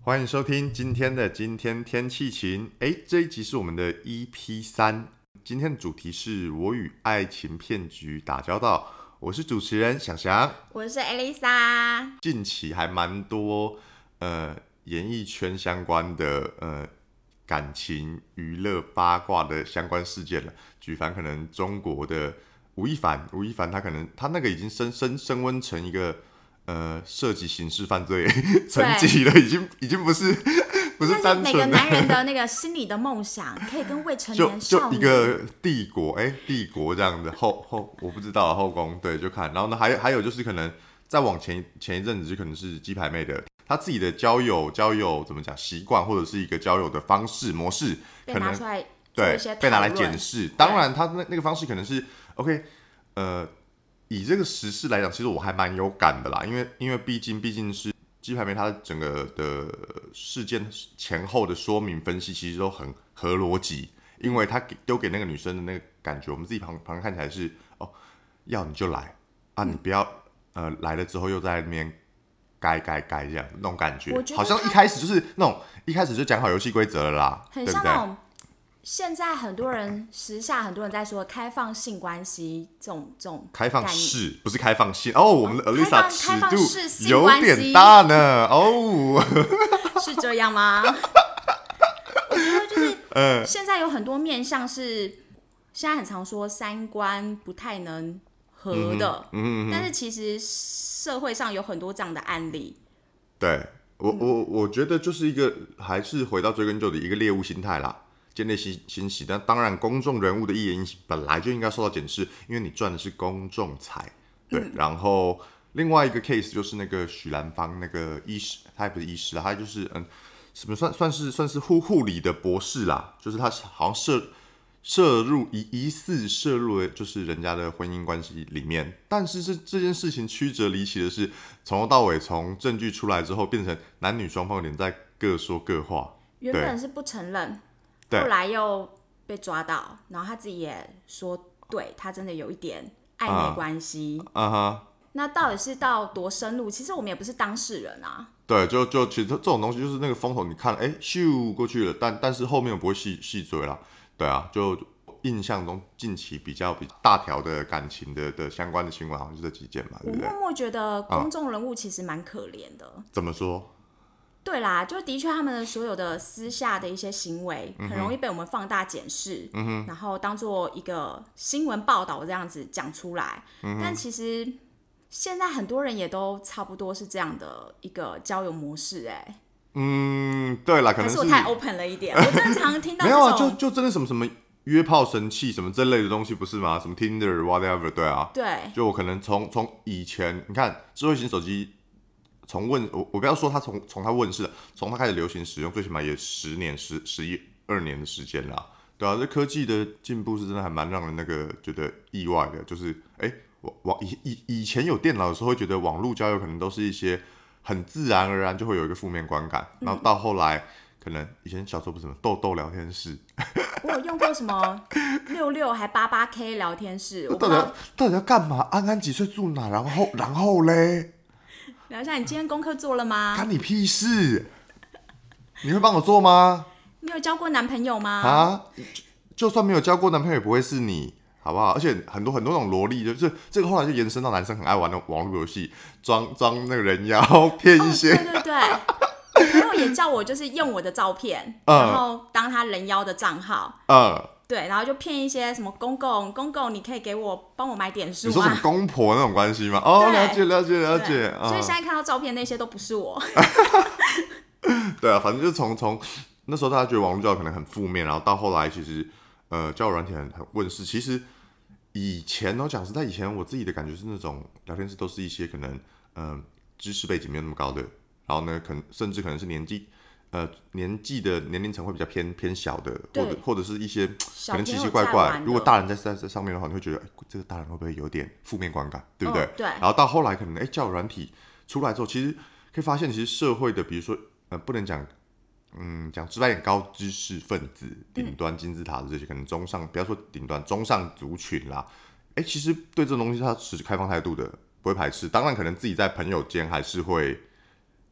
欢迎收听今天的今天天气晴。这一集是我们的 EP3，今天的主题是我与爱情骗局打交道。我是主持人想翔， 我是 Elisa。 近期还蛮多演艺圈相关的感情、娱乐、八卦的相关事件了。举凡可能中国的吴亦凡他那个已经升温成一个涉及刑事犯罪层级了，已经不是单纯的。 每个男人的那个心里的梦想，可以跟未成年少女就一个帝国这样的我不知道后宫，对，就看。然后呢，还有就是可能再往前一阵子，就可能是鸡排妹的她自己的交友怎么讲习惯，或者是一个交友的方式模式， 被拿出来对被拿来检视。当然，她那个方式可能是 OK，以这个时事来讲，其实我还蛮有感的啦，因为毕竟是鸡排妹，它整个的事件前后的说明分析，其实都很合逻辑，因为他丢给那个女生的那个感觉，我们自己旁人看起来是要你就来啊，你不要来了之后又在那边改这样那种感觉，好像一开始就是那种一开始就讲好游戏规则了啦， 很像那种现在很多人时下很多人在说开放性关系这种开放式不是开放性哦，我们的 Elisa 尺度有点大呢哦， 是这样吗？我觉得就是现在有很多面向是现在很常说三观不太能合的，但是其实社会上有很多这样的案例。 对我觉得就是一个还是回到追根究底一个猎物心态啦。建立欣喜，但当然，公众人物的一言一行本来就应该受到检视，因为你赚的是公众财。对，然后另外一个 case 就是那个许兰芳那个医师，他也不是医师啦，他就是什么算是护理的博士啦，就是他好像疑似涉入了就是人家的婚姻关系里面，但是这件事情曲折离奇的是，从头到尾从证据出来之后，变成男女双方有点在各说各话， 原本是不承认。后来又被抓到，然后他自己也说，对他真的有一点暧昧关系。那到底是到多深入？其实我们也不是当事人啊。 对，就其实这种东西就是那个风头，你看，咻过去了，但是后面我不会细追啦。对啊，就印象中近期比较大条的感情的相关的新闻，好像就这几件嘛，对不对？ 我默默觉得公众人物其实蛮可怜的。 怎么说？ 对啦，就的确他们的所有的私下的一些行为，很容易被我们放大检视，然后当做一个新闻报道这样子讲出来。但其实现在很多人也都差不多是这样的一个交友模式， 对啦，可能还是我太 open 了一点。我真的常听到这种没有啊，就真的什么约炮神器什么这类的东西，不是吗？什么 Tinder whatever， 对啊， 对， 就我可能从以前你看智慧型手机。我不要说它从它问世，从它开始流行使用，最起码也10年、12年的时间啦，对啊，这科技的进步是真的还蛮让人那个觉得意外的，就是以前有电脑的时候会觉得网络交友可能都是一些很自然而然就会有一个负面观感，然后到后来可能以前小时候不是什么豆豆聊天室， 我有用过什么66还88K 聊天室，我到底要干嘛？安安几岁住哪？然后嘞？ 聊一下，你今天功课做了吗？ 干你屁事！你会帮我做吗？ 你有交过男朋友吗？ 啊，就算没有交过男朋友，也不会是你，好不好？而且很多那种萝莉，就是这个后来就延伸到男生很爱玩的网络游戏，装那个人妖，骗一些。 对，朋友也叫我就是用我的照片，然后当他人妖的账号。对，然后就骗一些什么公公，你可以帮我买点数吗？ 你说什么公婆那种关系吗？了解。 所以现在看到照片那些都不是我。 对啊，反正就从那时候大家觉得网络交友可能很负面，然后到后来其实交友软体很问世。其实以前讲实在，以前我自己的感觉是那种聊天室都是一些可能知识背景没有那么高的，然后呢甚至可能是年纪的年龄层会比较偏小的，或者是一些可能奇奇怪怪。如果大人在上面的话，你会觉得这个大人会不会有点负面观感，对不对？ 对。 然后到后来可能交友软体出来之后，其实可以发现，其实社会的比如说不能讲讲直白点，高知识分子、顶端金字塔的这些，可能中上，不要说顶端，中上族群啦，其实对这种东西他持开放态度的，不会排斥。当然，可能自己在朋友间还是会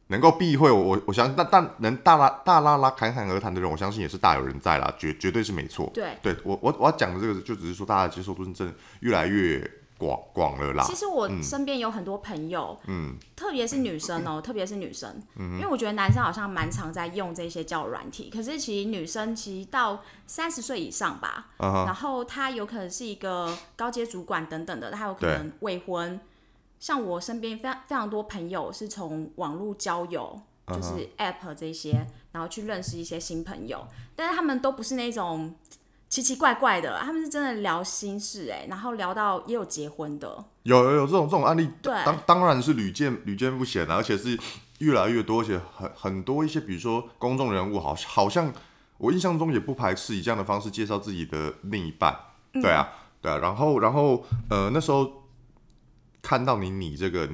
能够避讳我相信，但能大拉拉侃侃而谈的人，我相信也是大有人在啦，绝对是没错。对我要讲的这个，就只是说大家的接受度是真的越来越广了啦。 其实我身边有很多朋友，特别是女生哦，特别是女生，因为我觉得男生好像蛮常在用这些交友软体，可是其实女生其实到30岁以上吧，然后她有可能是一个高阶主管等等的，她有可能未婚。像我身边非常多朋友是从网络交友，就是 App 这些，然后去认识一些新朋友，但是他们都不是那种奇奇怪怪的，他们是真的聊心事然后聊到也有结婚的， 有这种案例， 对， 当然是屡见不鲜而且是越来越多，而且很多一些，比如说公众人物，好像我印象中也不排斥以这样的方式介绍自己的另一半，对啊，然后那时候看到你这个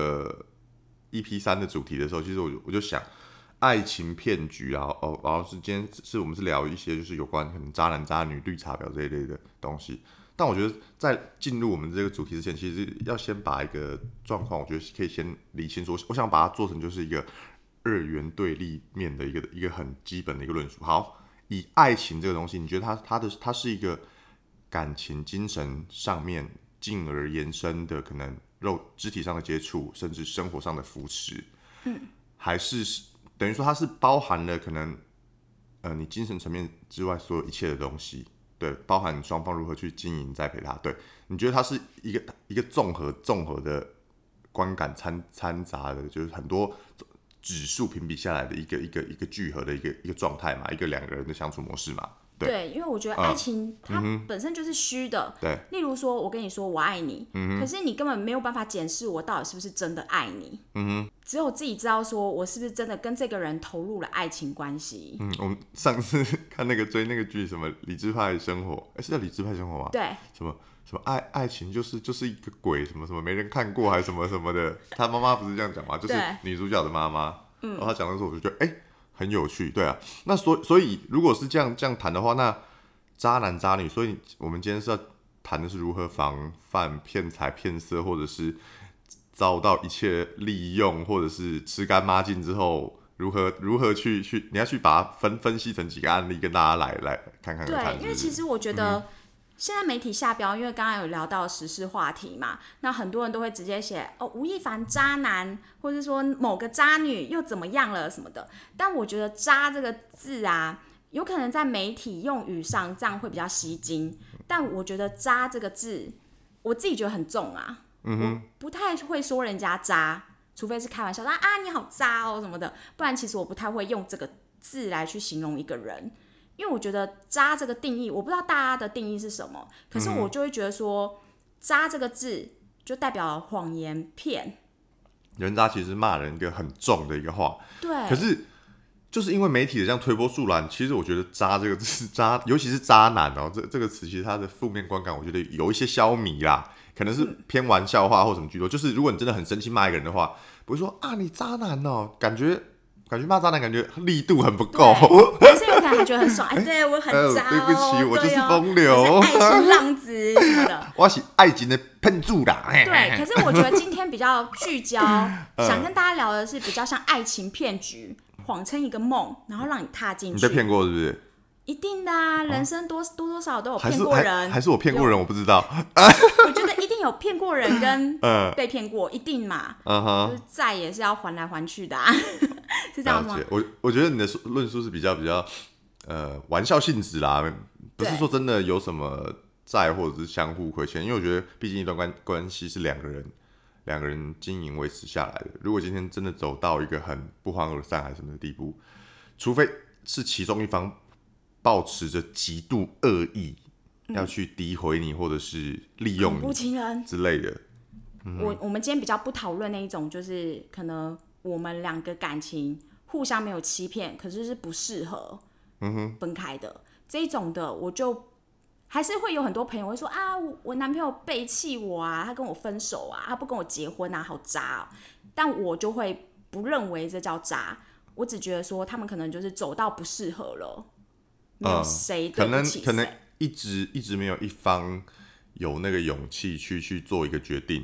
EP3 的主题的时候，其实我就想。爱情骗局啊，然后今天我们是聊一些就是有关可能渣男渣女、绿茶婊这一类的东西。但我觉得在进入我们这个主题之前，其实要先把一个状况，我觉得可以先理清说，我想把它做成就是一个二元对立面的一个很基本的一个论述。好，以爱情这个东西，你觉得它是一个感情、精神上面进而延伸的可能肢体上的接触，甚至生活上的扶持，还是？等于说它是包含了可能你精神层面之外所有一切的东西，对，包含双方如何去经营栽培它，对，你觉得它是一个综合的观感掺杂的，就是很多指数评比下来的一个聚合的一个状态嘛，一个两个人的相处模式嘛。 对，因为我觉得爱情它本身就是虚的。 对， 例如说，我跟你说我爱你，可是你根本没有办法检视我到底是不是真的爱你。只有自己知道说我是不是真的跟这个人投入了爱情关系。 我们上次看追那个剧，什么理智派生活，是叫理智派生活吗？ 对， 什么爱情就是一个鬼，什么没人看过还是什么的。他妈妈不是这样讲吗？就是女主角的妈妈。然后他讲的时候，我就觉得很有趣，对啊。那所以如果是这样谈的话，那渣男渣女，所以我们今天是要谈的是如何防范骗财骗色，或者是遭到一切利用，或者是吃干抹净之后，如何去你要去把它分析成几个案例，跟大家来看看。 对，因为其实我觉得现在媒体下标，因为刚刚有聊到时事话题嘛，那很多人都会直接写吴亦凡渣男，或者说某个渣女又怎么样了什么的。但我觉得渣这个字啊，有可能在媒体用语上这样会比较吸睛，但我觉得渣这个字，我自己觉得很重啊。我不太会说人家渣，除非是开玩笑啊你好渣哦什么的，不然其实我不太会用这个字来去形容一个人。因为我觉得渣这个定义，我不知道大家的定义是什么，可是我就会觉得说，渣这个字就代表谎言骗。 人渣其实骂人一个很重的一个话， 对。 可是就是因为媒体的这样推波助澜，其实我觉得渣这个字尤其是渣男这个词，其实它的负面观感，我觉得有一些消弭啦，可能是偏玩笑话或什么居多。就是如果你真的很生气骂一个人的话，不会说你渣男感觉骂渣男感觉力度很不够， 可是有可能还觉得很爽，对我很渣对不起，我就是风流， 我是爱情浪子什么的， 我是爱情的喷注啦。 对，可是我觉得今天比较聚焦，想跟大家聊的是比较像爱情骗局，谎称一个梦，然后让你踏进去。 你被骗过是不是？ 一定的人生多少都有骗过人， 还是我骗过人，我不知道。 我觉得一定有骗过人跟被骗过，一定嘛，就是债也是要还来还去的是这样吗？ 我觉得你的论述是比较玩笑性质啦，不是说真的有什么债或者是相互亏欠，因为我觉得毕竟一段关系是两个人经营维持下来的。如果今天真的走到一个很不欢而散还是什么的地步，除非是其中一方抱持着极度恶意，要去诋毁你或者是利用你恐怖情人之类的。 我们今天比较不讨论那一种，就是可能我们两个感情互相没有欺骗，可是是不适合分开的这一种的，我就还是会有很多朋友会说我男朋友背弃我啊，他跟我分手啊，他不跟我结婚啊，好渣但我就会不认为这叫渣，我只觉得说他们可能就是走到不适合了。没有谁对不起谁， 可能一直没有一方有那个勇气去做一个决定，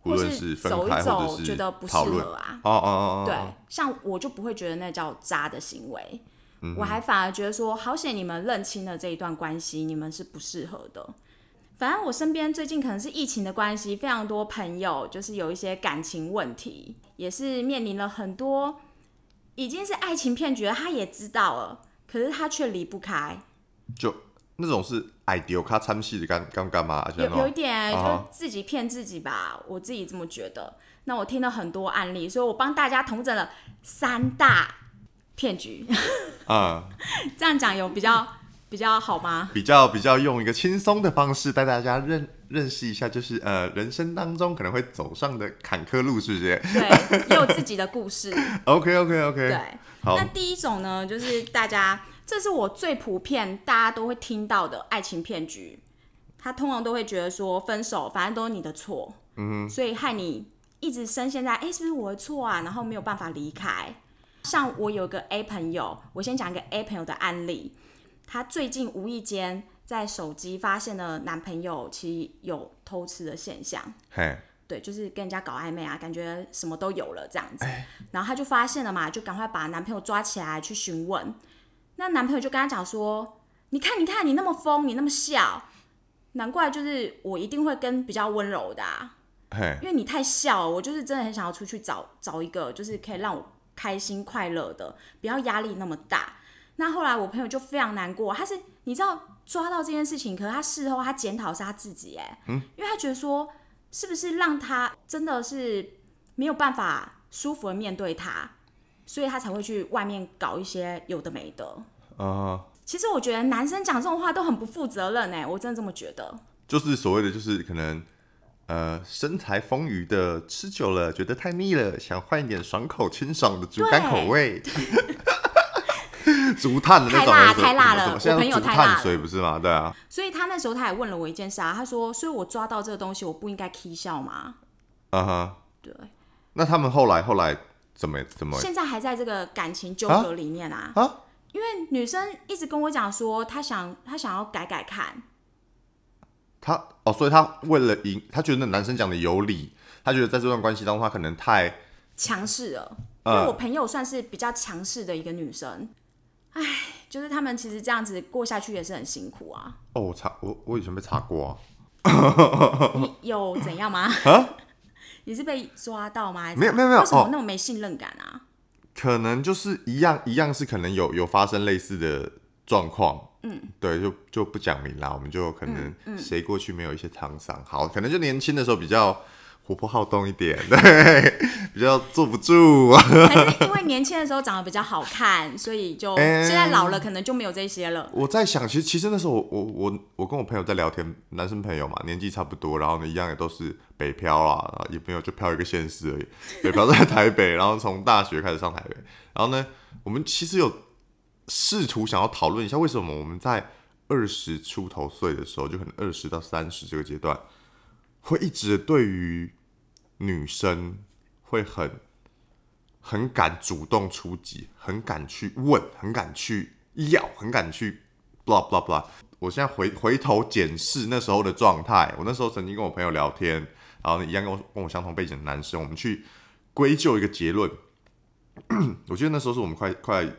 无论是分走一开或走者是觉得不适讨论合啊。 对， 像我就不会觉得那叫渣的行为，我还反而觉得说，好险你们认清了这一段关系，你们是不适合的。反正我身边最近可能是疫情的关系，非常多朋友就是有一些感情问题，也是面临了很多已经是爱情骗局了，他也知道了，可是他却离不开。 就那种是爱丢卡参戏的干嘛？ 有一点就自己骗自己吧，我自己这么觉得。那我听了很多案例，所以我帮大家统整了3大骗局。这样讲有比较好吗？ 比较用一个轻松的方式带大家认识一下，就是人生当中可能会走上的坎坷路，是不是？ 对，也有自己的故事。 OK。 对， 好。 那第一种呢，就是这是我最普遍大家都会听到的爱情骗局。他通常都会觉得说分手反正都是你的错，所以害你一直深陷在是不是我的错啊，然后没有办法离开。像我有个 A 朋友，我先讲一个 A 朋友的案例。她最近无意间在手机发现了男朋友其实有偷吃的现象，对，就是跟人家搞暧昧啊，感觉什么都有了这样子。然后她就发现了嘛，就赶快把男朋友抓起来去询问。那男朋友就跟她讲说：“你看，你那么疯，你那么笑，难怪就是我一定会跟比较温柔的啊，因为你太笑了，我就是真的很想要出去找一个就是可以让我开心快乐的，不要压力那么大。”那后来我朋友就非常难过，他是你知道抓到这件事情，可是他事后他检讨是他自己因为他觉得说是不是让他真的是没有办法舒服的面对他，所以他才会去外面搞一些有的没的。其实我觉得男生讲这种话都很不负责任我真的这么觉得。 就是所谓的就是可能身材丰腴的吃久了觉得太腻了，想换一点爽口清爽的竹竿口味。竹炭的那种太辣了，我朋友太辣了， 水不是吗？对啊。 所以他那时候他也问了我一件事他说：“所以我抓到这个东西，我不应该 k 笑吗？”对。 那他们后来怎么？ 现在还在这个感情纠葛里面因为女生一直跟我讲说，她想要改看。 所以他为了赢，他觉得那男生讲的有理，他觉得在这段关系当中，他可能太强势了。因为我朋友算是比较强势的一个女生，就是他们其实这样子过下去也是很辛苦啊。 我以前被查过你有怎样吗？你是被抓到吗？ 没有， 为什么那么没信任感啊？ 可能就是一样是可能有发生类似的状况，对，就不讲明啦，我们就可能谁过去没有一些沧桑，好，可能就年轻的时候比较活泼好动一点，对，比较坐不住。 还是因为年轻的时候长得比较好看，所以就现在老了可能就没有这些了。 我在想，其实那时候我跟我朋友在聊天，男生朋友嘛，年纪差不多，然后呢一样也都是北漂啦，也没有就漂一个县市而已，北漂在台北，然后从大学开始上台北，然后呢，我们其实有试图想要讨论一下，为什么我们在20出头岁的时候，就可能20到30这个阶段，会一直对于女生会很敢主动出击，很敢去问，很敢去要，很敢去 blah blah blah。我现在回头检视那时候的状态，我那时候曾经跟我朋友聊天，然后一样跟我相同背景的男生，我们去归咎一个结论。我觉得那时候是我们快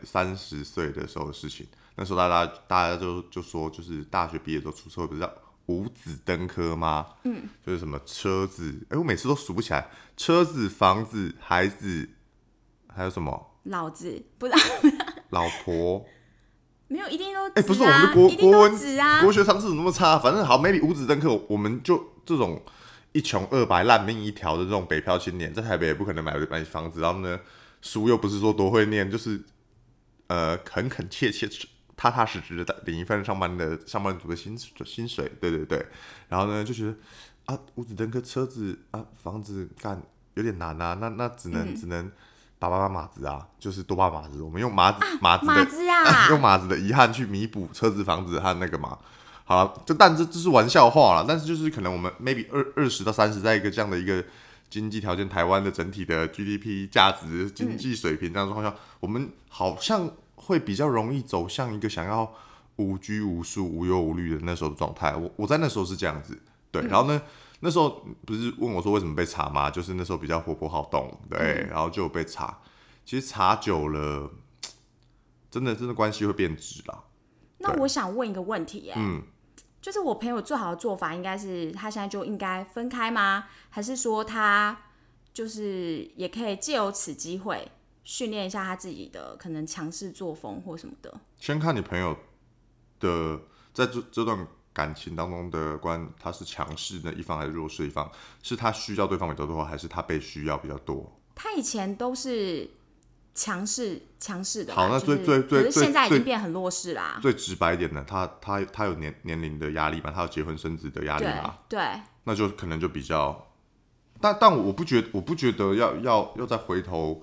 30岁的时候的事情。那时候大家就说，就是大学毕业之后出社会，不是叫五子登科吗？就是什么车子，我每次都数不起来，车子、房子、孩子，还有什么？ 老子不是老婆。 没有，一定都不是我们的国文国学常识怎么那么差？反正好 ，maybe 五子登科，我们就这种一穷二白、烂命一条的这种北漂青年，在台北也不可能买房子，然后呢，书又不是说多会念，就是恳恳切切、踏踏实实的领一份上班族的薪水，对，然后呢就觉得五子登科，车子房子干有点难啊，那只能。爸马子啊，就是多巴马子，我们用马子用马子的遗憾去弥补车子、房子和那个嘛。好了，但这是玩笑话啦，但是就是可能我们 maybe 20到30，在一个这样的一个经济条件，台湾的整体的 GDP 价值、经济水平这样的状况下，我们好像会比较容易走向一个想要无拘无束、无忧无虑的那时候的状态。我在那时候是这样子，对，然后呢， 那时候不是问我说为什么被查吗？就是那时候比较活泼好动，对，然后就有被查。其实查久了，真的关系会变质啦。 那我想问一个问题就是我朋友最好的做法应该是他现在就应该分开吗？还是说他就是也可以借由此机会训练一下他自己的可能强势作风或什么的？ 先看你朋友的在这段感情当中的他是强势的一方还是弱势的一方？是他需要对方比较多，还是他被需要比较多？ 他以前都是强势的啦， 好，那可是现在已经变很弱势啦。 最直白一点的，他有年龄的压力嘛，他有结婚生子的压力嘛， 对， 那就可能就比较，但我不觉得要再回头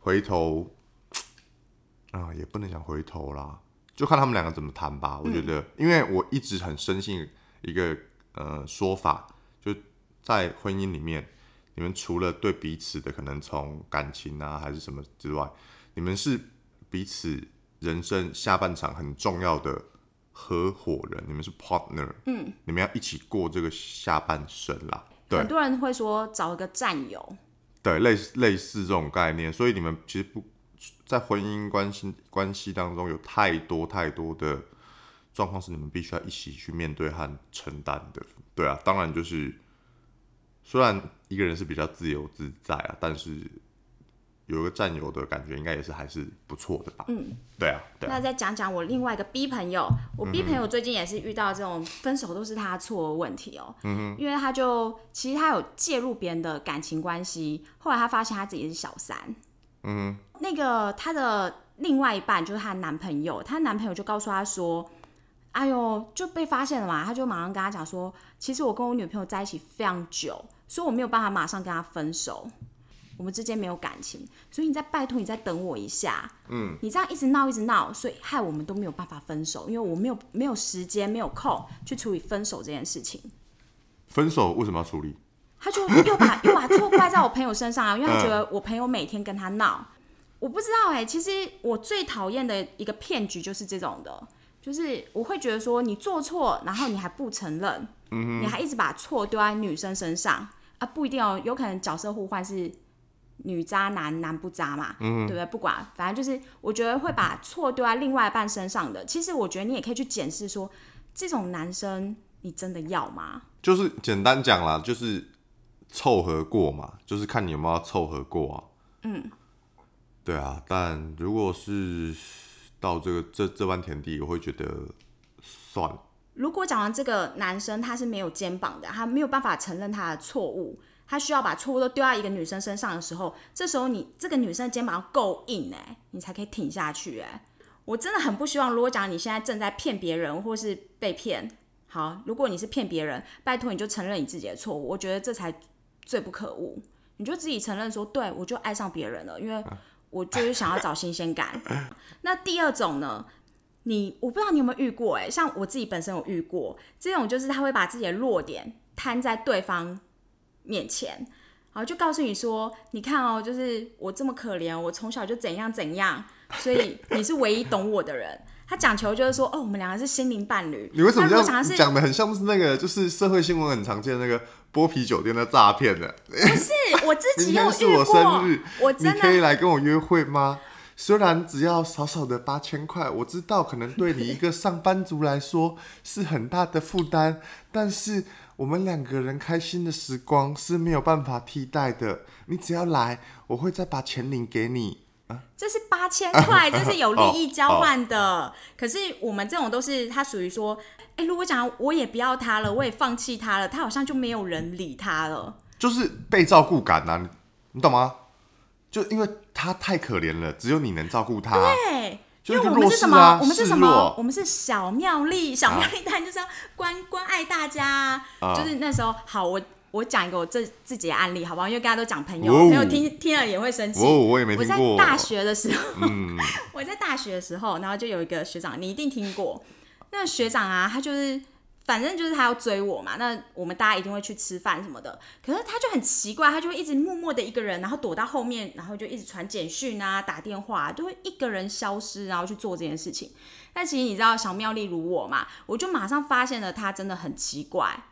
啊，也不能讲回头啦，就看他们两个怎么谈吧。我觉得，因为我一直很深信一个说法，就在婚姻里面，你们除了对彼此的可能从感情啊还是什么之外，你们是彼此人生下半场很重要的合伙人，你们是 partner，你们要一起过这个下半生啦。对， 很多人会说找一个战友， 对，类似这种概念，所以你们其实在婚姻关系当中有太多的状况是你们必须要一起去面对和承担的。对啊，当然就是虽然一个人是比较自由自在啊，但是有一个战友的感觉，应该也是还是不错的吧？对啊。 那再讲讲我另外一个 B 朋友，我 B 朋友最近也是遇到这种分手都是他错的问题哦。因为其实他有介入别人的感情关系，后来他发现他自己是小三。那个他的另外一半就是她男朋友，她男朋友就告诉她说：“哎呦，就被发现了嘛。”他就马上跟她讲说：“其实我跟我女朋友在一起非常久，所以我没有办法马上跟她分手。我们之间没有感情，所以拜托你再等我一下。你这样一直闹，所以害我们都没有办法分手，因为我没有时间没有空去处理分手这件事情。 分手为什么要处理？ 他就又把错怪在我朋友身上啊，因为他觉得我朋友每天跟他闹。我不知道其实我最讨厌的一个骗局就是这种的，就是我会觉得说你做错，然后你还不承认，你还一直把错丢在女生身上啊，不一定有可能角色互换是女渣男不渣嘛，对不对？不管，反正就是我觉得会把错丢在另外一半身上的，其实我觉得你也可以去检视说，这种男生你真的要吗？ 就是简单讲啦，就是凑合过嘛，就是看你有没有要凑合过啊。对啊，但如果是到这般田地，我会觉得算了。 如果讲完这个男生他是没有肩膀的，他没有办法承认他的错误，他需要把错误都丢在一个女生身上的时候，这时候你这个女生的肩膀要够硬你才可以挺下去我真的很不希望，如果讲你现在正在骗别人或是被骗，好，如果你是骗别人，拜托你就承认你自己的错误，我觉得这才最不可恶。你就自己承认说，对，我就爱上别人了，因为我就是想要找新鲜感。那第二种呢，我不知道你有没有遇过像我自己本身有遇过这种，就是他会把自己的弱点摊在对方面前，然后就告诉你说，你看就是我这么可怜，我从小就怎样，所以你是唯一懂我的人。他讲求就是说，我们两个是心灵伴侣。 你为什么这样讲的很像是那个，就是社会新闻很常见的那个剥皮酒店的诈骗的？ 不是，我自己有遇过。 明天是我生日， 我真的， 你可以来跟我约会吗？虽然只要少少的8000块，我知道可能对你一个上班族来说是很大的负担，但是我们两个人开心的时光是没有办法替代的。你只要来，我会再把钱领给你。 这是8000块，这是有利益交换的。可是我们这种都是他属于说，如果讲我也不要他了，我也放弃他了，他好像就没有人理他了， 就是被照顾感啊，你懂吗？就因为他太可怜了，只有你能照顾他。 对， 因为我们是什么？我们是什么？我们是小妙丽，小妙丽当然就是要关爱大家就是那时候，好，我讲一个我自己的案例，好不好？因为大家都讲朋友，朋友听了也会生气。 我也没听过。 我在大学的时候，然后就有一个学长，你一定听过。那个学长啊，他就是反正就是他要追我嘛，那我们大家一定会去吃饭什么的。可是他就很奇怪，他就会一直默默的一个人，然后躲到后面，然后就一直传简讯啊、打电话，就会一个人消失，然后去做这件事情。但其实你知道小妙丽如我嘛，我就马上发现了他真的很奇怪。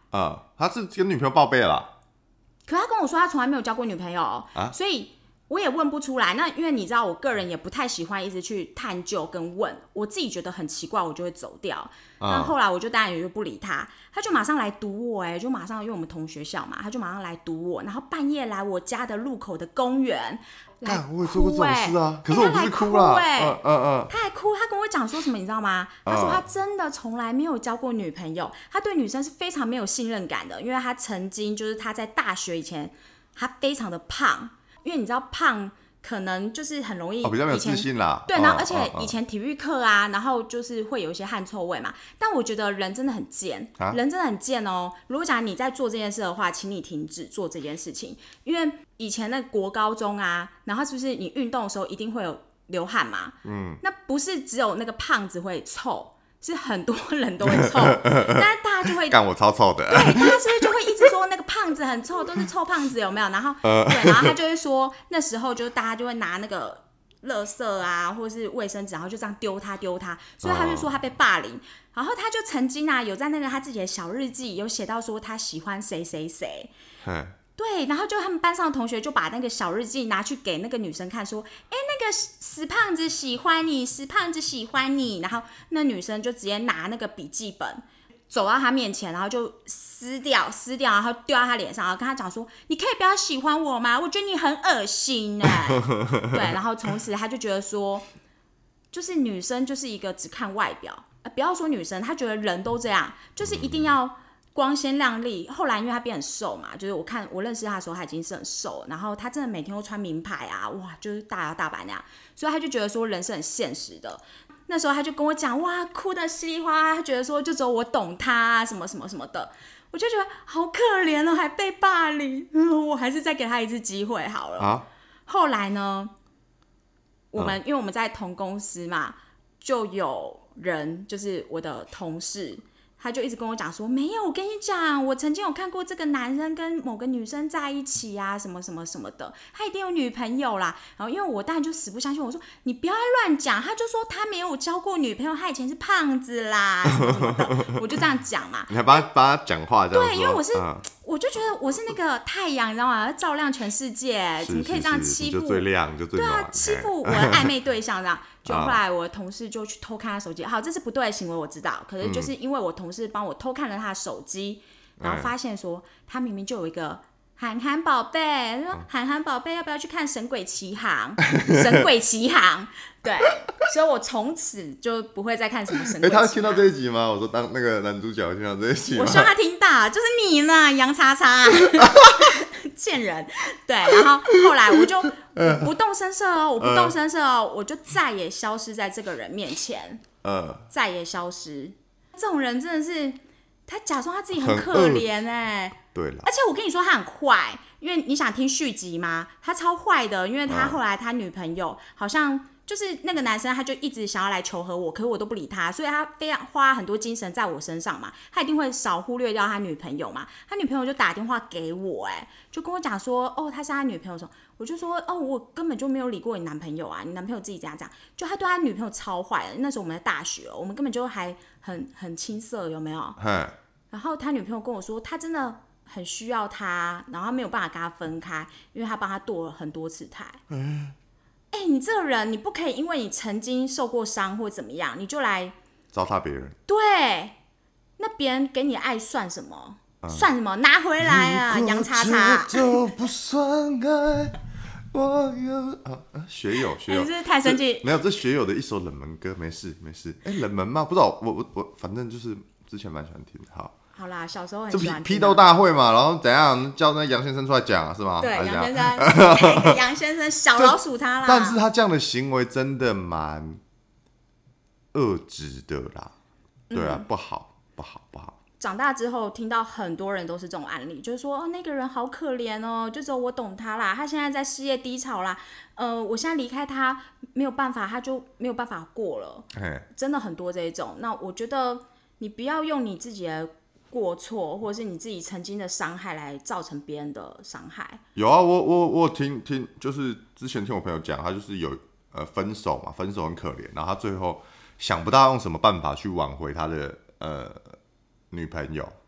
他是跟女朋友报备了啦。 可他跟我说他从来没有交过女朋友啊， 所以我也问不出来。那因为你知道，我个人也不太喜欢一直去探究跟问，我自己觉得很奇怪，我就会走掉。那后来我就当然也就不理他，他就马上来堵我，就马上因为我们同学校嘛，他就马上来堵我，然后半夜来我家的路口的公园。 我也做过这种事啊，可是我不是哭啦， 他还哭，他跟我讲说什么，你知道吗？他说他真的从来没有交过女朋友，他对女生是非常没有信任感的，因为他曾经就是他在大学以前，他非常的胖，因为你知道胖可能就是很容易比较没有自信啦。 对，然后而且以前体育课啊，然后就是会有一些汗臭味嘛。但我觉得人真的很贱，人真的很贱哦。如果讲你在做这件事的话，请你停止做这件事情，因为以前那国高中啊，然后是不是你运动的时候一定会有流汗嘛？那不是只有那个胖子会臭。是很多人都会臭，但是大家就会干我超臭的， 对，大家是不是就会一直说那个胖子很臭，都是臭胖子有没有？然后对，然后他就会说那时候就大家就会拿那个垃圾啊，或者是卫生纸，然后就这样丢他，所以他就说他被霸凌。然后他就曾经啊有在那个他自己的小日记有写到说他喜欢谁谁谁。对，然后就他们班上的同学就把那个小日记拿去给那个女生看，说：“哎，那个死胖子喜欢你，死胖子喜欢你。”然后那女生就直接拿那个笔记本走到他面前，然后就撕掉，然后丢到他脸上，然后跟他讲说：“你可以不要喜欢我吗？我觉得你很恶心哎。”对，然后从此他就觉得说，就是女生就是一个只看外表，不要说女生，他觉得人都这样，就是一定要光鲜亮丽。后来因为他变很瘦嘛，就是我认识他的时候他已经是很瘦，然后他真的每天都穿名牌啊，哇，就是大摇大摆那样，所以他就觉得说人是很现实的。那时候他就跟我讲，哇，哭得稀里哗啦，他觉得说就只有我懂他啊，什么什么什么的，我就觉得好可怜哦，还被霸凌，我还是再给他一次机会好了。后来呢，因为我们在同公司嘛，就有人就是我的同事。他就一直跟我讲说，没有，我跟你讲，我曾经有看过这个男生跟某个女生在一起啊，什么什么什么的，他一定有女朋友啦。然后因为我当然就死不相信，我说你不要乱讲，他就说他没有交过女朋友，他以前是胖子啦，什么什么的，我就这样讲嘛。 你还帮他讲话这样说？ 对，因为我就觉得我是那个太阳，你知道吗？照亮全世界，怎么可以这样欺负？ 就最亮，就最暖。 对啊，欺负我的暧昧对象这样。就后来我的同事就去偷看他手机，好，这是不对的行为，我知道。可是就是因为我同事帮我偷看了他的手机，然后发现说他明明就有一个涵涵宝贝，说涵涵宝贝要不要去看《神鬼奇航》？神鬼奇航，对，所以我从此就不会再看什么神鬼奇航。 他会听到这一集吗？我说当那个男主角听到这一集吗？ 我希望他听到，就是你呢，杨叉叉。贱人，对，然后后来我就不动声色哦，我就再也消失在这个人面前，再也消失。这种人真的是，他假装他自己很可怜对了， 而且我跟你说他很坏，因为你想听续集吗？他超坏的，因为他后来他女朋友好像。就是那个男生，他就一直想要来求和我，可是我都不理他，所以他非常花很多精神在我身上嘛，他一定会少忽略掉他女朋友嘛。他女朋友就打电话给我，就跟我讲说，哦，他是他女朋友的时候，我就说，哦，我根本就没有理过你男朋友啊，你男朋友自己这样讲，就他对他女朋友超坏的。那时候我们在大学，我们根本就还很青涩，有没有？然后他女朋友跟我说，他真的很需要他，然后他没有办法跟他分开，因为他帮他堕了很多次胎。你这个人，你不可以因为你曾经受过伤或怎么样，你就来糟蹋别人。 对，那别人给你的爱算什么？算什么？拿回来啊，杨叉叉。 就不算爱，我有学友， 你是不是太生气？ 没有，这学友的一首冷门歌，没事。冷门吗？不知道，我反正就是之前蛮喜欢听的。 好啦，小时候很喜欢听。 批斗大会嘛，然后怎样叫那杨先生出来讲是吗？ 对，杨先生，杨先生小老鼠他啦。 但是他这样的行为真的蛮恶质的啦，对啊，不好。 长大之后听到很多人都是这种案例，就是说那个人好可怜哦，就只有我懂他啦，他现在在事业低潮啦，我现在离开他没有办法，他就没有办法过了，真的很多这一种。那我觉得你不要用你自己的过错，或者是你自己曾经的伤害来造成别人的伤害。 有啊，我听，就是之前听我朋友讲，他就是有分手嘛，分手很可怜，然后他最后想不到用什么办法去挽回他的女朋友，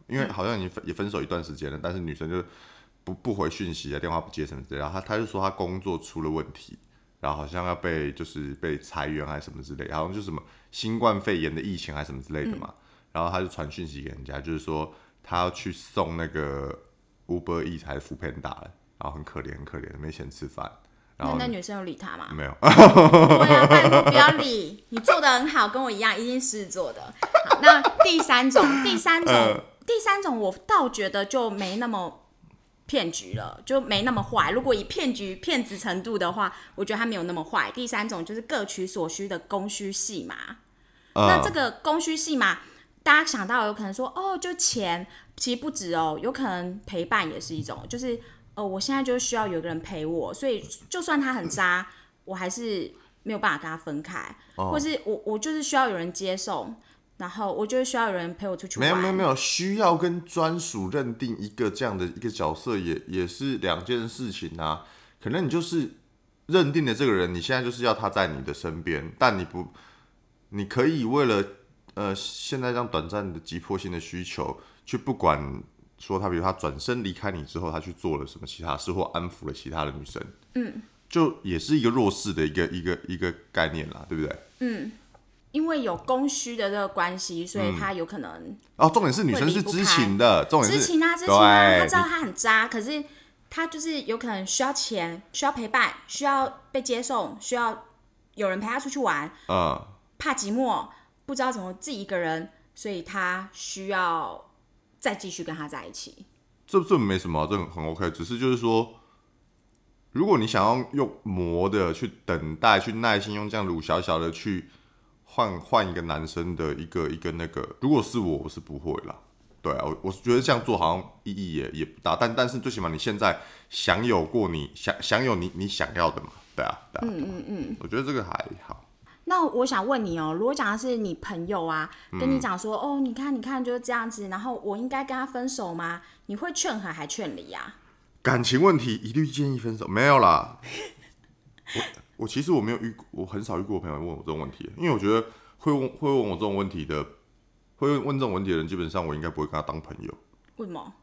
因为好像也分手一段时间了，但是女生就不回讯息啊，电话不接什么之类的，然后他就说他工作出了问题，然后好像要被裁员还是什么之类的，好像就是什么新冠肺炎的疫情还是什么之类的嘛，然后他就传讯息给人家，就是说他要去送那个 Uber Eats 还是 Foodpanda 了，然后很可怜很可怜，没钱吃饭。 那女生有理他吗？ 没有。 对啊，拜托不要理，你做的很好，跟我一样，一定是做的。好，那第三种，我倒觉得就没那么骗局了，就没那么坏。如果以骗子程度的话，我觉得他没有那么坏。第三种就是各取所需的供需戏码。那这个供需戏码，大家想到有可能说，哦，就钱，其实不止哦，有可能陪伴也是一种，就是我现在就需要有一个人陪我，所以就算他很渣，我还是没有办法跟他分开，或是我就是需要有人接送，然后我就是需要有人陪我出去玩。 没有，需要跟专属认定一个这样的一个角色也是两件事情啊。可能你就是认定的这个人，你现在就是要他在你的身边，但你可以为了现在这样短暂的急迫性的需求，去不管说比如他转身离开你之后，他去做了什么其他事，或安抚了其他的女生，就也是一个弱势的一个概念啦，对不对？ 因为有供需的这个关系，所以他有可能重点是女生是知情的，重点是知情啊，他知道他很渣，可是他就是有可能需要钱，需要陪伴，需要被接送，需要有人陪他出去玩，怕寂寞，不知道怎么自己一个人，所以他需要再继续跟他在一起。 这没什么，这很 OK， 只是就是说，如果你想要用磨的去等待，去耐心用这样鲁小小的去换一个男生的一个那个，如果是我是不会啦。对啊，我觉得这样做好像意义也不大，但是最起码你现在享有过你享有你想要的嘛，对啊，我觉得这个还好。 那我想问你哦，如果讲的是你朋友啊，跟你讲说，哦，你看就是这样子，然后我应该跟他分手吗？你会劝和还劝离啊？ 感情问题一律建议分手，没有啦。我其实我没有我很少遇过我朋友问我这种问题，因为我觉得会问我这种问题的，会问这种问题的人，基本上我应该不会跟他当朋友。 为什么？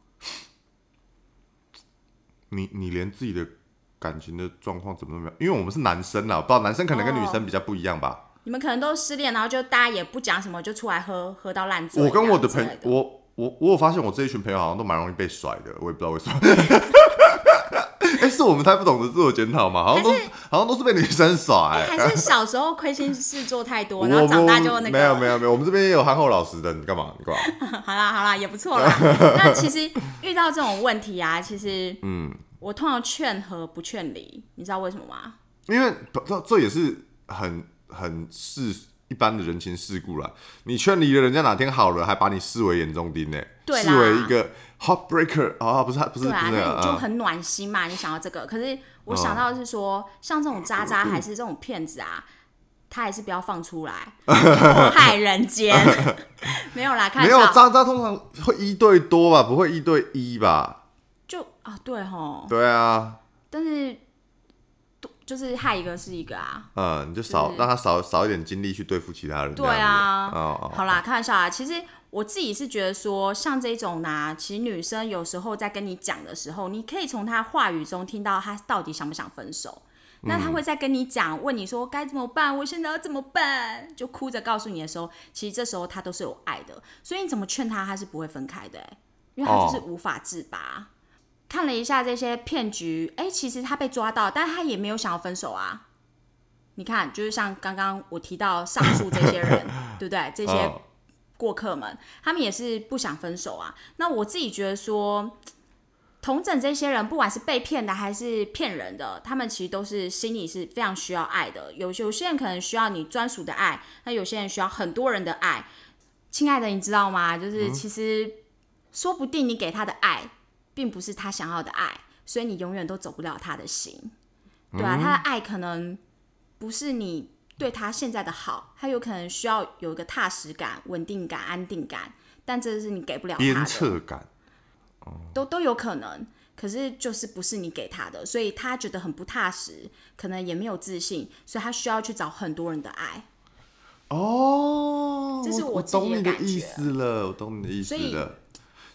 你连自己的感情的状况怎么都没有？因为我们是男生啦，不知道男生可能跟女生比较不一样吧。 你们可能都失恋，然后就大家也不讲什么，就出来喝到烂醉。 我跟我的朋友，我有发现我这一群朋友好像都蛮容易被甩的，我也不知道为什么。是我们太不懂得自我检讨吗？好像都是被女生甩。 还是小时候亏心事做太多，然后长大就那个。 没有，我们这边也有憨厚老实的，你干嘛？ 好啦，也不错啦。那其实遇到这种问题啊，其实我通常劝和不劝离，你知道为什么吗？ 因为这也是很一般的人情世故啦。你劝离了，人家哪天好了，还把你视为眼中钉呢？ 对啦， 视为一个 heartbreaker 不是对啊，那你就很暖心嘛，你想到这个。可是我想到的是说，像这种渣还是这种骗子啊，他还是不要放出来，祸害人间。没有啦， 没有渣通常会一对多吧，不会一对一吧？ 对吼。 对啊， 但是就是害一个是一个啊。 你就让他少一点精力去对付其他人。 对啊，好啦，开玩笑啊。其实我自己是觉得说，像这种呢，其实女生有时候在跟你讲的时候，你可以从她话语中听到她到底想不想分手。那她会在跟你讲，问你说该怎么办，我现在要怎么办，就哭着告诉你的时候，其实这时候她都是有爱的，所以你怎么劝她，她是不会分开的，因为她就是无法自拔。看了一下这些骗局，其实他被抓到，但他也没有想要分手啊。你看，就是像刚刚我提到上述这些人，对不对？这些过客们，他们也是不想分手啊。那我自己觉得说，同整这些人，不管是被骗的还是骗人的，他们其实都是心里是非常需要爱的。有些人可能需要你专属的爱，那有些人需要很多人的爱。亲爱的，你知道吗？就是其实说不定你给他的爱，并不是他想要的爱，所以你永远都走不了他的心。对啊，他的爱可能不是你对他现在的好，他有可能需要有一个踏实感、稳定感、安定感，但这是你给不了他的。 鞭策感， 都有可能，可是就是不是你给他的，所以他觉得很不踏实，可能也没有自信，所以他需要去找很多人的爱。这是我自己的感觉。 我懂你的意思了。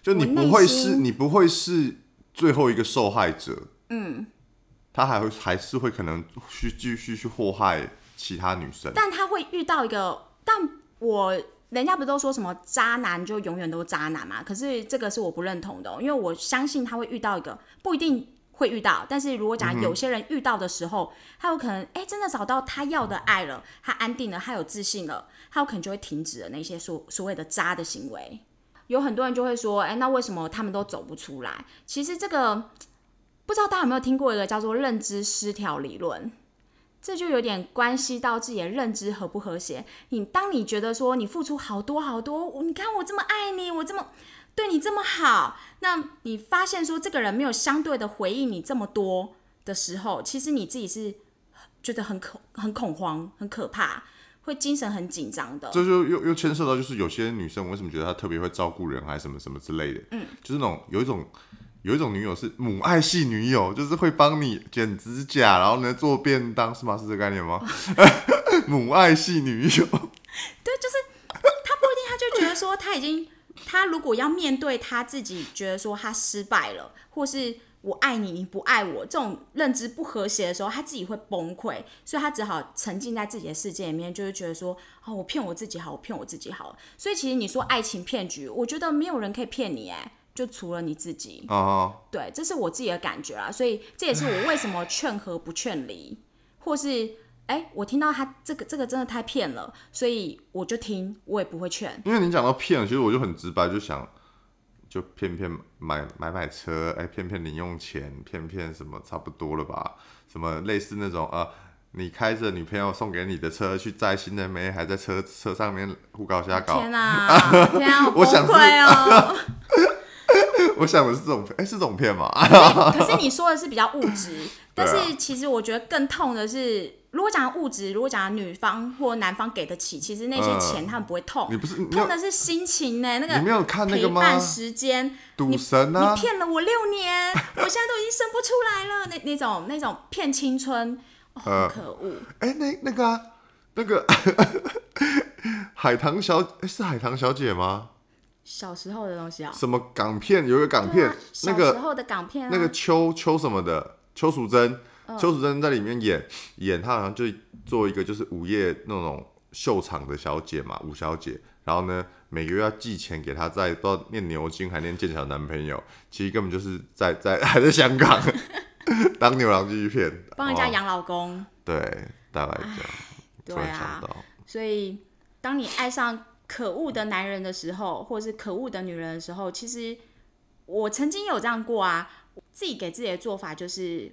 就你不会是最后一个受害者，他还是会可能继续去祸害其他女生， 但他会遇到一个，人家不都说什么渣男就永远都是渣男嘛？可是这个是我不认同的因为我相信他会遇到一个，不一定会遇到，但是如果讲有些人遇到的时候，他有可能真的找到他要的爱了，他安定了，他有自信了，他有可能就会停止了那些所谓的渣的行为。有很多人就会说，那为什么他们都走不出来？其实这个不知道大家有没有听过一个叫做认知失调理论。这就有点关系到自己的认知和不和谐。当你觉得说你付出好多好多，你看我这么爱你，我这么对你这么好，那你发现说这个人没有相对的回应你这么多的时候，其实你自己是觉得很恐慌、很可怕，会精神很紧张的。 这就又牵涉到就是有些女生为什么觉得她特别会照顾人，还是什么什么之类的。就是那种有一种女友是母爱系女友，就是会帮你剪指甲，然后呢做便当，是吗？是这个概念吗？母爱系女友， 对，就是他不一定，他就觉得说他如果要面对他自己，觉得说他失败了，或是我爱你，你不爱我，这种认知不和谐的时候，他自己会崩溃，所以他只好沉浸在自己的世界里面，就是觉得说，我骗我自己好，我骗我自己好。所以其实你说爱情骗局，我觉得没有人可以骗你，就除了你自己。对，这是我自己的感觉啦，所以这也是我为什么劝和不劝离，或是我听到他这个真的太骗了，所以我就听，我也不会劝。 因为你讲到骗，其实我就很直白，就想就骗买车，骗零用钱，骗什么差不多了吧？什么类似那种你开着女朋友送给你的车去载新的妹，还在车上面胡搞瞎搞。 天啊，好崩溃哦！ 我想的是这种，是这种骗吗？ 可是你说的是比较物质，但是其实我觉得更痛的是，如果讲物质，如果讲女方或男方给得起，其实那些钱他们不会痛，痛的是心情呢。那个你没有看那个吗？ 陪伴时间， 赌神啊！ 你骗了我6年，我现在都已经生不出来了，那种骗青春，很可恶。 那个海棠小是海棠小姐吗？ 小时候的东西什么港片？有一个港片， 小时候的港片， 那个邱什么的，邱淑贞，邱淑贞在里面演，她好像就做一个就是午夜那种秀场的小姐嘛，舞小姐，然后呢每个月要寄钱给她，不知道念牛津还念剑桥男朋友，其实根本就是还在香港当牛郎继续骗， 帮人家养老公。 对，大概这样。 对啊，所以当你爱上可恶的男人的时候，或者是可恶的女人的时候，其实我曾经有这样过啊。自己给自己的做法就是，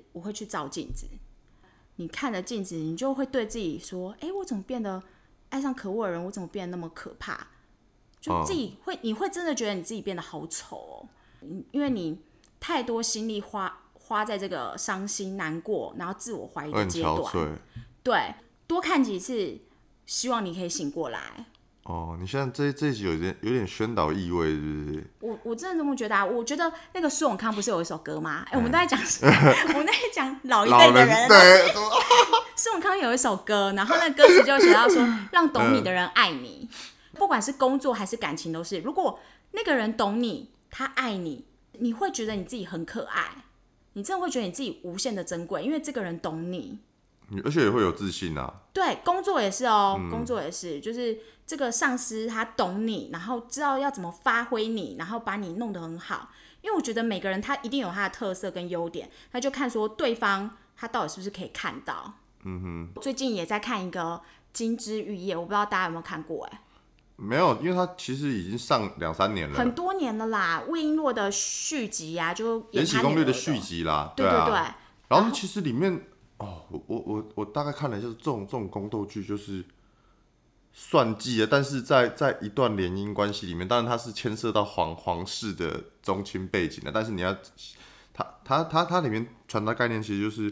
我会去照镜子。你看着镜子，你就会对自己说：“我怎么变得爱上可恶的人？我怎么变得那么可怕？”就自己你会真的觉得你自己变得好丑哦，因为你太多心力花在这个伤心、难过，然后自我怀疑的阶段。对，多看几次，希望你可以醒过来。 你现在这一集有点宣导意味，是不是？ 我真的这么觉得啊！我觉得那个苏永康不是有一首歌吗？我们都在讲我们在讲老一辈的人。 对， 苏永康有一首歌，然后那歌词就写到说，让懂你的人爱你，不管是工作还是感情都是。如果那个人懂你，他爱你，你会觉得你自己很可爱，你真的会觉得你自己无限的珍贵，因为这个人懂你。 而且也会有自信啊。 对，工作也是工作也是，就是这个上司他懂你，然后知道要怎么发挥你，然后把你弄得很好。因为我觉得每个人他一定有他的特色跟优点，他就看说对方他到底是不是可以看到。最近也在看一个《金枝玉叶》，我不知道大家有没有看过没有，因为它其实已经上2-3年了， 很多年了啦。魏璎珞的续集啊，就延禧攻略的续集啦， 对对对。 然后其实里面我大概看了一下，这种宫斗剧就是算计的，但是在一段联姻关系里面，当然它是牵涉到皇室的宗亲背景的，但是你要它里面传达概念其实就是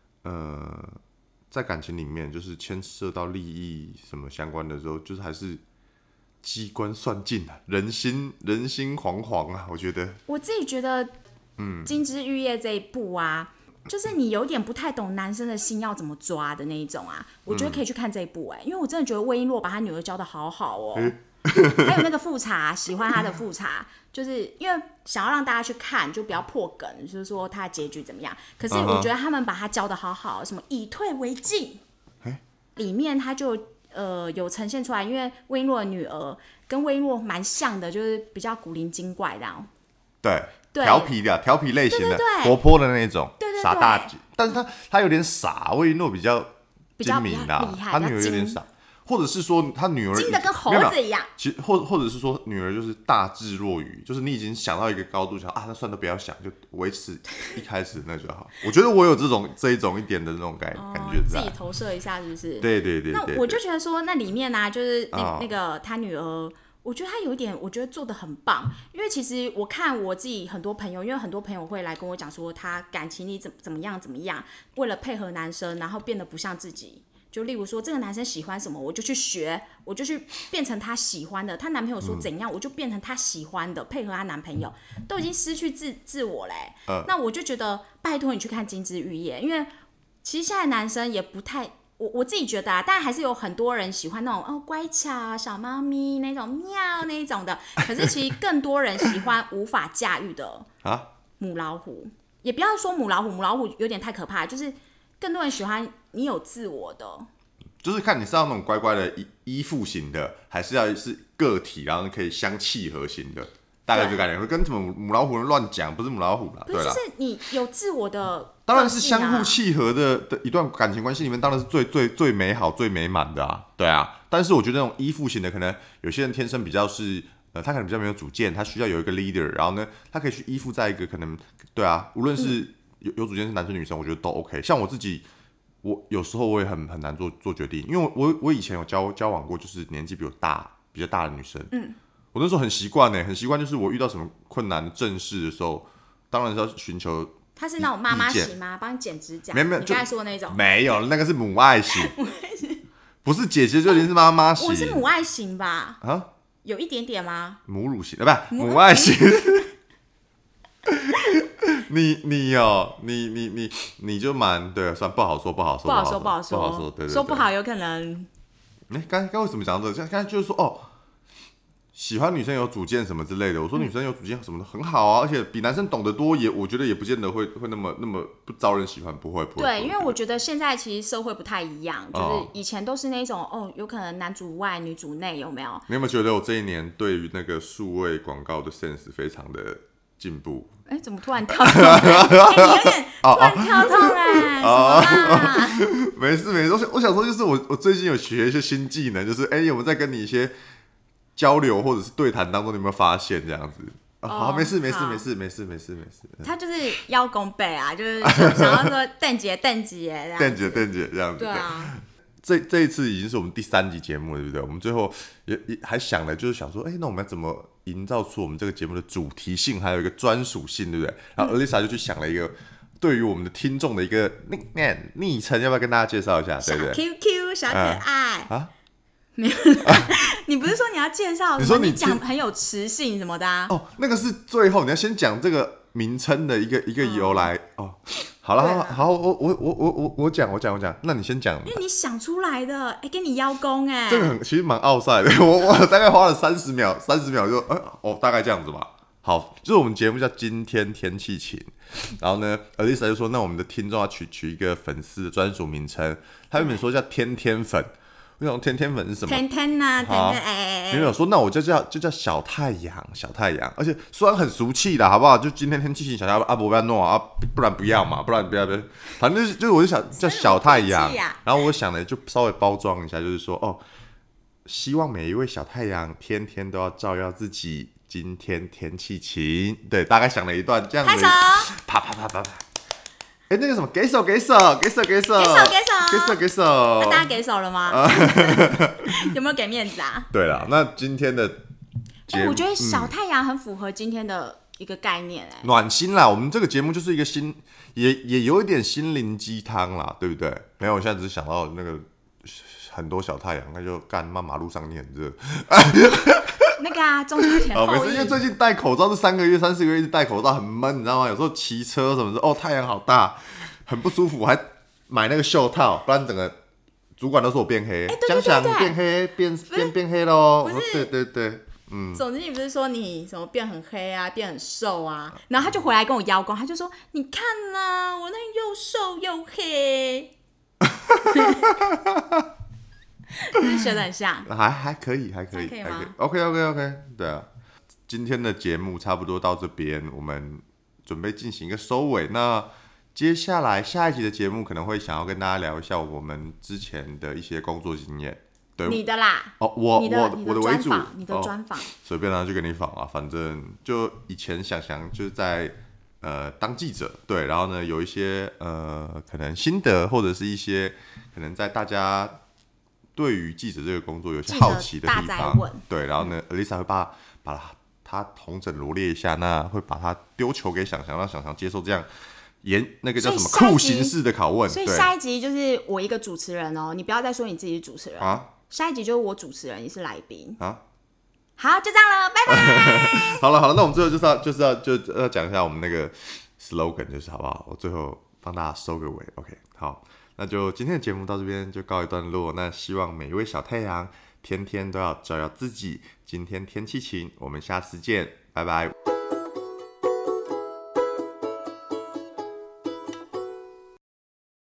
在感情里面就是牵涉到利益什么相关的时候，就是还是机关算尽啊，人心惶惶啊，我觉得。我自己觉得，金枝玉叶这一部啊，就是你有点不太懂男生的心要怎么抓的那一种啊，我觉得可以去看这一部因为我真的觉得魏璎珞把他女儿教的好好哦。 还有那个复查，喜欢他的复查，就是因为想要让大家去看，就不要破梗，就是说他的结局怎么样。可是我觉得他们把他教的好好，什么以退为进，里面他就有呈现出来，因为魏璎珞的女儿跟魏璎珞蛮像的，就是比较古灵精怪的、啊。 对，调皮类型的， 对活泼的那种， 对傻大姐。但是他有点傻，魏璎珞比较精明的、啊，他女儿有点傻。或者是说他女儿精的跟猴子一样， 其实或者是说女儿就是大智若愚，就是你已经想到一个高度，想啊，那算了，不要想，就维持一开始那就好。我觉得我有这一种一点的那种感觉在， 自己投射一下，是不是？ 对。 那我就觉得说，那里面呢、就是那个他女儿，我觉得他有一点，我觉得做的很棒。因为其实我看我自己很多朋友，因为很多朋友会来跟我讲说，他感情里怎么样，为了配合男生，然后变得不像自己。就例如说，这个男生喜欢什么，我就去学，我就去变成他喜欢的。她男朋友说怎样，我就变成他喜欢的，配合她男朋友，都已经失去自我嘞、那我就觉得，拜托你去看《金枝玉叶》，因为其实现在男生也不太，我自己觉得啊，但还是有很多人喜欢那种乖巧小猫咪那种喵那一种的。可是其实更多人喜欢无法驾驭的母老虎，也不要说母老虎有点太可怕，就是更多人喜欢你有自我的， 就是看你是要那种乖乖的依附型的，还是要是个体，然后可以相契合型的，大概就感觉跟什么母老虎乱讲，不是母老虎啦， 不是，就是你有自我的、 当然是相互契合的一段感情关系里面，当然是最美好、最美满的啊，对啊。但是我觉得那种依附型的，可能有些人天生比较是他可能比较没有主见，他需要有一个 leader， 然后呢，他可以去依附在一个可能对啊，无论是有主见是男生女生，我觉得都 OK。像我自己，我有时候我也很难做决定，因为我以前有交往过，就是年纪比较大的女生，我那时候很习惯就是我遇到什么困难的正事的时候，当然是要寻求。 他是那种妈妈型吗？帮你剪指甲？ 没有， 你刚才说的那种？ 没有，那个是母爱型，不是姐姐就已经是妈妈型。 我是母爱型吧？ 啊， 有一点点吗？ 母乳型，不是母爱型。你就蛮对，算不好说，对， 说不好有可能。 刚为什么讲到这个？刚才就是说喜欢女生有主见什么之类的。我说女生有主见什么的很好啊，而且比男生懂得多，我觉得也不见得会那么不招人喜欢，不会。 对，因为我觉得现在其实社会不太一样，就是以前都是那种有可能男主外女主内，有没有？ 你有没有觉得我这一年对于那个数位广告的 sense 非常的进步？ 怎么突然跳痛？你有点突然跳痛什么啦？ 没事，我想说就是我最近有学一些新技能，就是有没有在跟你一些交流或者是对谈当中，你有没有发现这样子？好，没事。 他就是邀功背啊，就是想要说邓姐这样子。对啊。 这一次已经是我们第3集节目了，对不对？我们最后也还想了，就是想说，那我们要怎么营造出我们这个节目的主题性，还有一个专属性，对不对？然后 Alyssa 就去想了一个对于我们的听众的一个昵称，要不要跟大家介绍一下？对不对？ 小 QQ 小可爱没有，你不是说你要介绍？ 你说你讲很有磁性什么的啊？ 那个是最后你要先讲这个名称的一个由来好了，好，我讲，那你先讲， 因为你想出来的，给你邀功这个其实蛮奥赛的，我大概花了30秒就大概这样子吧。好，就是我们节目叫今天天气晴，然后呢 ，Alyssa 就说，那我们的听众要取一个粉丝的专属名称，他原本说叫天天粉。我想天天粉是什么？ 天天啊， 没有说，那我就叫小太阳，而且虽然很俗气啦，好不好？就今天天气晴，小太阳不要弄不然不要嘛，不然不要，反正就是我就想叫小太阳，然后我想呢就稍微包装一下，就是说希望每一位小太阳天天都要照耀自己，今天天气晴，对，大概想了一段这样子， 拍手， 啪啪啪啪啪。那个什么，给手， 那大家给手了吗？有没有给面子啊？ 对了，那今天的节目， 我觉得小太阳很符合今天的一个概念， 暖心啦。我们这个节目就是一个也有一点心灵鸡汤啦，对不对？没有，我现在只是想到那个很多小太阳，那就干嘛马路上你很热。 那个中秋前后没事，因为最近戴口罩是3个月、3、4个月一直戴口罩，很闷，你知道吗？有时候骑车什么的，太阳好大，很不舒服，我还买那个袖套，不然整个主管都说我变黑， 对江翔变黑变黑喽。对对对， 总经理不是说你什么变很黑啊，变很瘦啊，然后他就回来跟我邀功，他就说你看啦，我那又瘦又黑，是不是学得很像？ 还可以，还可以， 还可以吗 OK，对啊，今天的节目差不多到这边，我们准备进行一个收尾。那接下来下一集的节目可能会想要跟大家聊一下我们之前的一些工作经验。对， 你的啦， 我的为主， 你的专访， 随便就跟你访啊，反正就以前想就是在当记者，对，然后呢有一些可能心得或者是一些可能在大家对于记者这个工作有些好奇的地方，对，然后呢，Alyssa 会把它统整罗列一下，那会把它丢球给想让想接受这样那个叫什么酷刑式的拷问。 所以下一集就是我一个主持人哦，你不要再说你自己是主持人啊。下一集就是我主持人，你是来宾啊。好，就这样了，拜拜。 好了，那我们最后就是要讲一下我们那个 slogan， 就是好不好？我最后帮大家收个尾 ，OK， 好。那就今天的节目到这边就告一段落。那希望每一位小太阳天天都要照耀自己。今天天气晴，我们下次见，拜拜。